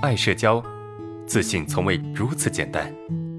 爱社交，自信从未如此简单。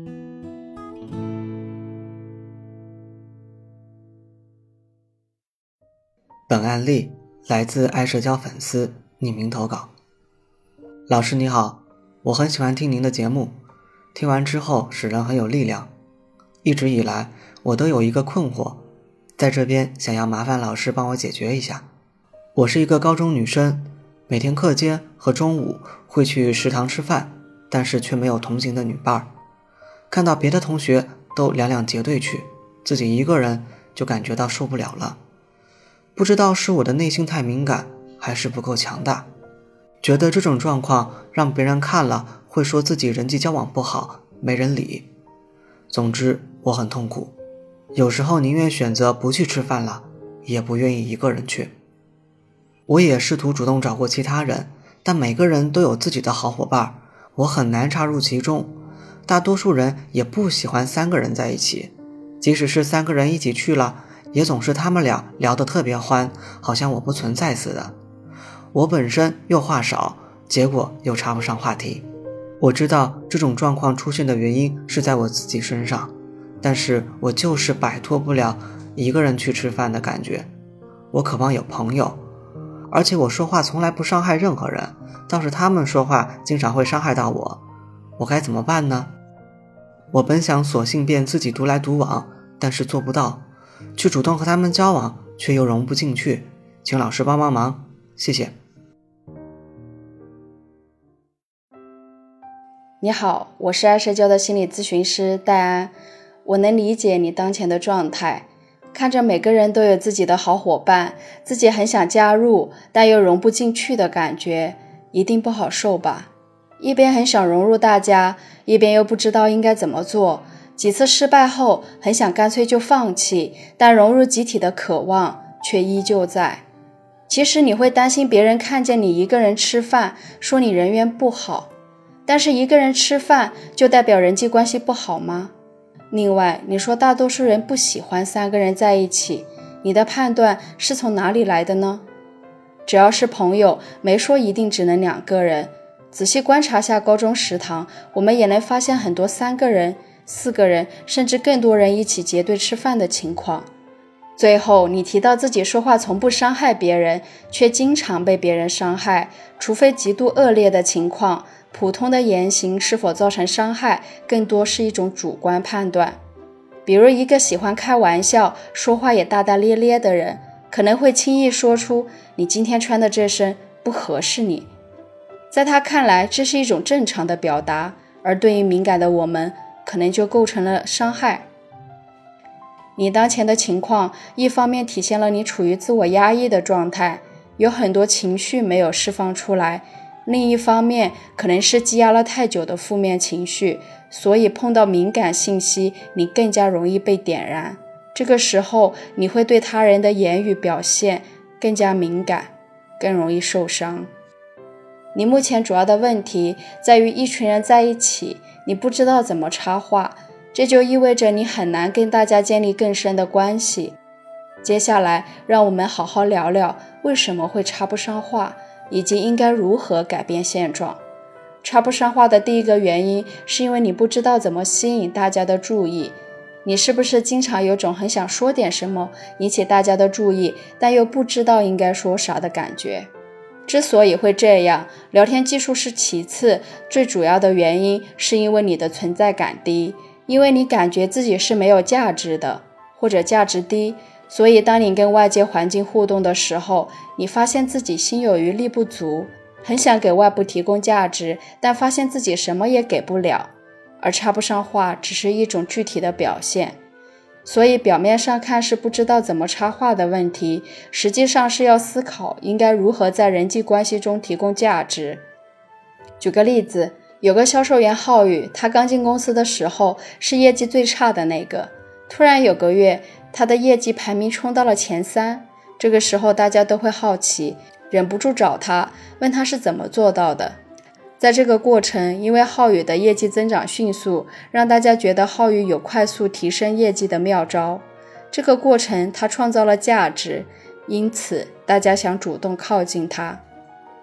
本案例来自爱社交粉丝匿名投稿。老师你好，我很喜欢听您的节目，听完之后使人很有力量。一直以来我都有一个困惑，在这边想要麻烦老师帮我解决一下。我是一个高中女生，每天课间和中午会去食堂吃饭，但是却没有同行的女伴。看到别的同学都两两结队去，自己一个人就感觉到受不了了。不知道是我的内心太敏感，还是不够强大，觉得这种状况让别人看了会说自己人际交往不好，没人理。总之我很痛苦，有时候宁愿选择不去吃饭了，也不愿意一个人去。我也试图主动找过其他人，但每个人都有自己的好伙伴，我很难插入其中。大多数人也不喜欢3个人在一起，即使是3个人一起去了，也总是他们俩聊得特别欢，好像我不存在似的。我本身又话少，结果又插不上话题。我知道这种状况出现的原因是在我自己身上，但是我就是摆脱不了一个人去吃饭的感觉。我渴望有朋友，而且我说话从来不伤害任何人，倒是他们说话经常会伤害到我。我该怎么办呢？我本想索性便自己独来独往，但是做不到，去主动和他们交往却又融不进去，请老师帮帮忙，谢谢。 你好，我是爱社交的心理咨询师戴安。我能理解你当前的状态，看着每个人都有自己的好伙伴，自己很想加入，但又融不进去的感觉，一定不好受吧？一边很想融入大家，一边又不知道应该怎么做。几次失败后，很想干脆就放弃，但融入集体的渴望却依旧在。其实你会担心别人看见你一个人吃饭，说你人缘不好。但是一个人吃饭就代表人际关系不好吗？另外，你说大多数人不喜欢3个人在一起，你的判断是从哪里来的呢？只要是朋友，没说一定只能2个人。仔细观察下高中食堂，我们也能发现很多3个人、4个人，甚至更多人一起结队吃饭的情况。最后，你提到自己说话从不伤害别人，却经常被别人伤害，除非极度恶劣的情况，普通的言行是否造成伤害，更多是一种主观判断。比如一个喜欢开玩笑，说话也大大咧咧的人，可能会轻易说出你今天穿的这身不合适你。在他看来，这是一种正常的表达，而对于敏感的我们，可能就构成了伤害。你当前的情况，一方面体现了你处于自我压抑的状态，有很多情绪没有释放出来，另一方面可能是积压了太久的负面情绪，所以碰到敏感信息，你更加容易被点燃。这个时候，你会对他人的言语表现更加敏感，更容易受伤。你目前主要的问题在于一群人在一起，你不知道怎么插话，这就意味着你很难跟大家建立更深的关系。接下来，让我们好好聊聊为什么会插不上话，以及应该如何改变现状。插不上话的第一个原因，是因为你不知道怎么吸引大家的注意。你是不是经常有种很想说点什么，引起大家的注意，但又不知道应该说啥的感觉？之所以会这样，聊天技术是其次，最主要的原因是因为你的存在感低，因为你感觉自己是没有价值的，或者价值低，所以当你跟外界环境互动的时候，你发现自己心有余力不足，很想给外部提供价值，但发现自己什么也给不了，而插不上话只是一种具体的表现。所以表面上看是不知道怎么插话的问题，实际上是要思考应该如何在人际关系中提供价值。举个例子，有个销售员浩宇，他刚进公司的时候是业绩最差的那个，突然有个月他的业绩排名冲到了前3，这个时候大家都会好奇，忍不住找他，问他是怎么做到的。在这个过程，因为浩宇的业绩增长迅速，让大家觉得浩宇有快速提升业绩的妙招。这个过程他创造了价值，因此大家想主动靠近他。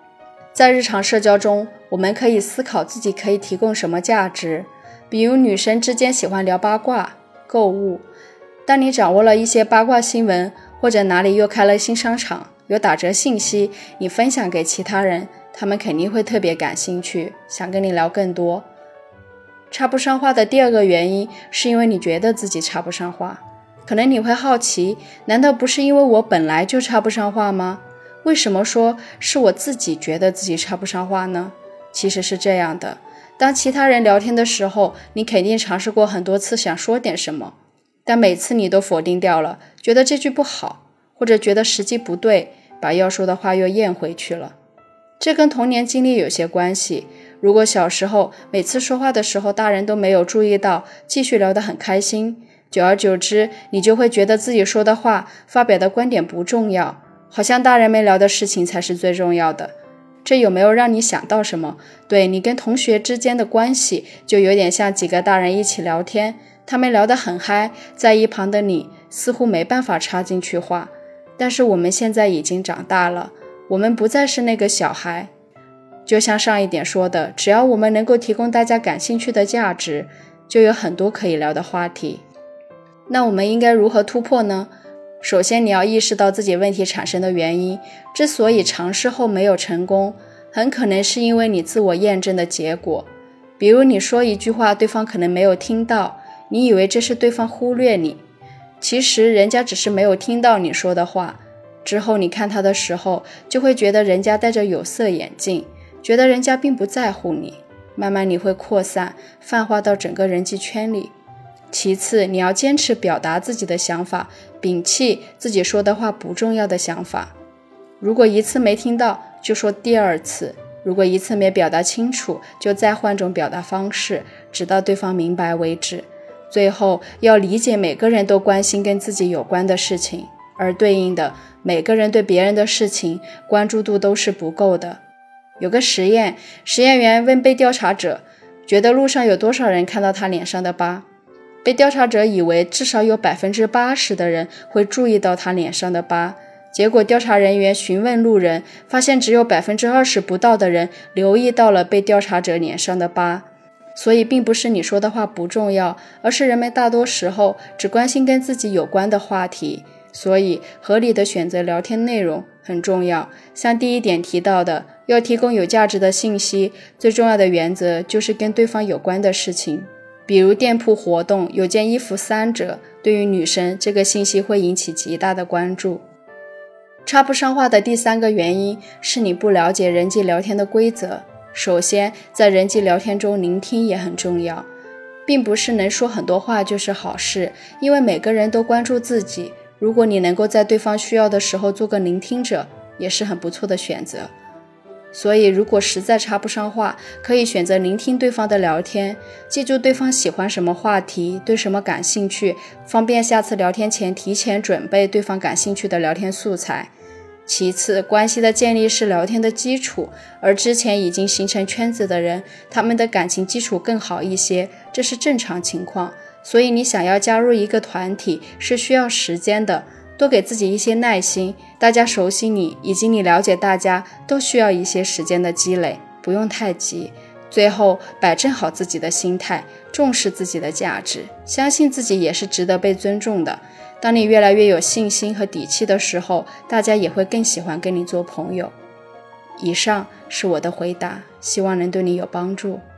在日常社交中，我们可以思考自己可以提供什么价值，比如女生之间喜欢聊八卦、购物。当你掌握了一些八卦新闻，或者哪里又开了新商场，有打折信息，你分享给其他人，他们肯定会特别感兴趣，想跟你聊更多。插不上话的第二个原因，是因为你觉得自己插不上话。可能你会好奇，难道不是因为我本来就插不上话吗？为什么说是我自己觉得自己插不上话呢？其实是这样的，当其他人聊天的时候，你肯定尝试过很多次想说点什么，但每次你都否定掉了，觉得这句不好，或者觉得时机不对，把要说的话又咽回去了。这跟童年经历有些关系。如果小时候每次说话的时候大人都没有注意到，继续聊得很开心，久而久之，你就会觉得自己说的话、发表的观点不重要，好像大人没聊的事情才是最重要的。这有没有让你想到什么？对，你跟同学之间的关系就有点像几个大人一起聊天，他们聊得很嗨，在一旁的你似乎没办法插进去话。但是我们现在已经长大了，我们不再是那个小孩。就像上一点说的，只要我们能够提供大家感兴趣的价值，就有很多可以聊的话题。那我们应该如何突破呢？首先，你要意识到自己问题产生的原因，之所以尝试后没有成功，很可能是因为你自我验证的结果。比如你说一句话，对方可能没有听到，你以为这是对方忽略你，其实人家只是没有听到你说的话。之后你看他的时候，就会觉得人家戴着有色眼镜，觉得人家并不在乎你，慢慢你会扩散，泛化到整个人际圈里。其次，你要坚持表达自己的想法，摒弃自己说的话不重要的想法。如果一次没听到，就说第二次；如果一次没表达清楚，就再换种表达方式，直到对方明白为止。最后，要理解每个人都关心跟自己有关的事情，而对应的，每个人对别人的事情关注度都是不够的。有个实验，实验员问被调查者，觉得路上有多少人看到他脸上的疤？被调查者以为至少有 80% 的人会注意到他脸上的疤，结果调查人员询问路人，发现只有 20% 不到的人留意到了被调查者脸上的疤。所以并不是你说的话不重要，而是人们大多时候只关心跟自己有关的话题。所以合理的选择聊天内容很重要。像第一点提到的，要提供有价值的信息，最重要的原则就是跟对方有关的事情。比如店铺活动有件衣服3折，对于女生这个信息会引起极大的关注。插不上话的第3个原因是你不了解人际聊天的规则。首先，在人际聊天中，聆听也很重要，并不是能说很多话就是好事，因为每个人都关注自己。如果你能够在对方需要的时候做个聆听者，也是很不错的选择。所以如果实在插不上话，可以选择聆听对方的聊天，记住对方喜欢什么话题，对什么感兴趣，方便下次聊天前提前准备对方感兴趣的聊天素材。其次，关系的建立是聊天的基础，而之前已经形成圈子的人，他们的感情基础更好一些，这是正常情况。所以你想要加入一个团体是需要时间的，多给自己一些耐心，大家熟悉你，以及你了解大家，都需要一些时间的积累，不用太急。最后，摆正好自己的心态，重视自己的价值，相信自己也是值得被尊重的。当你越来越有信心和底气的时候，大家也会更喜欢跟你做朋友。以上是我的回答，希望能对你有帮助。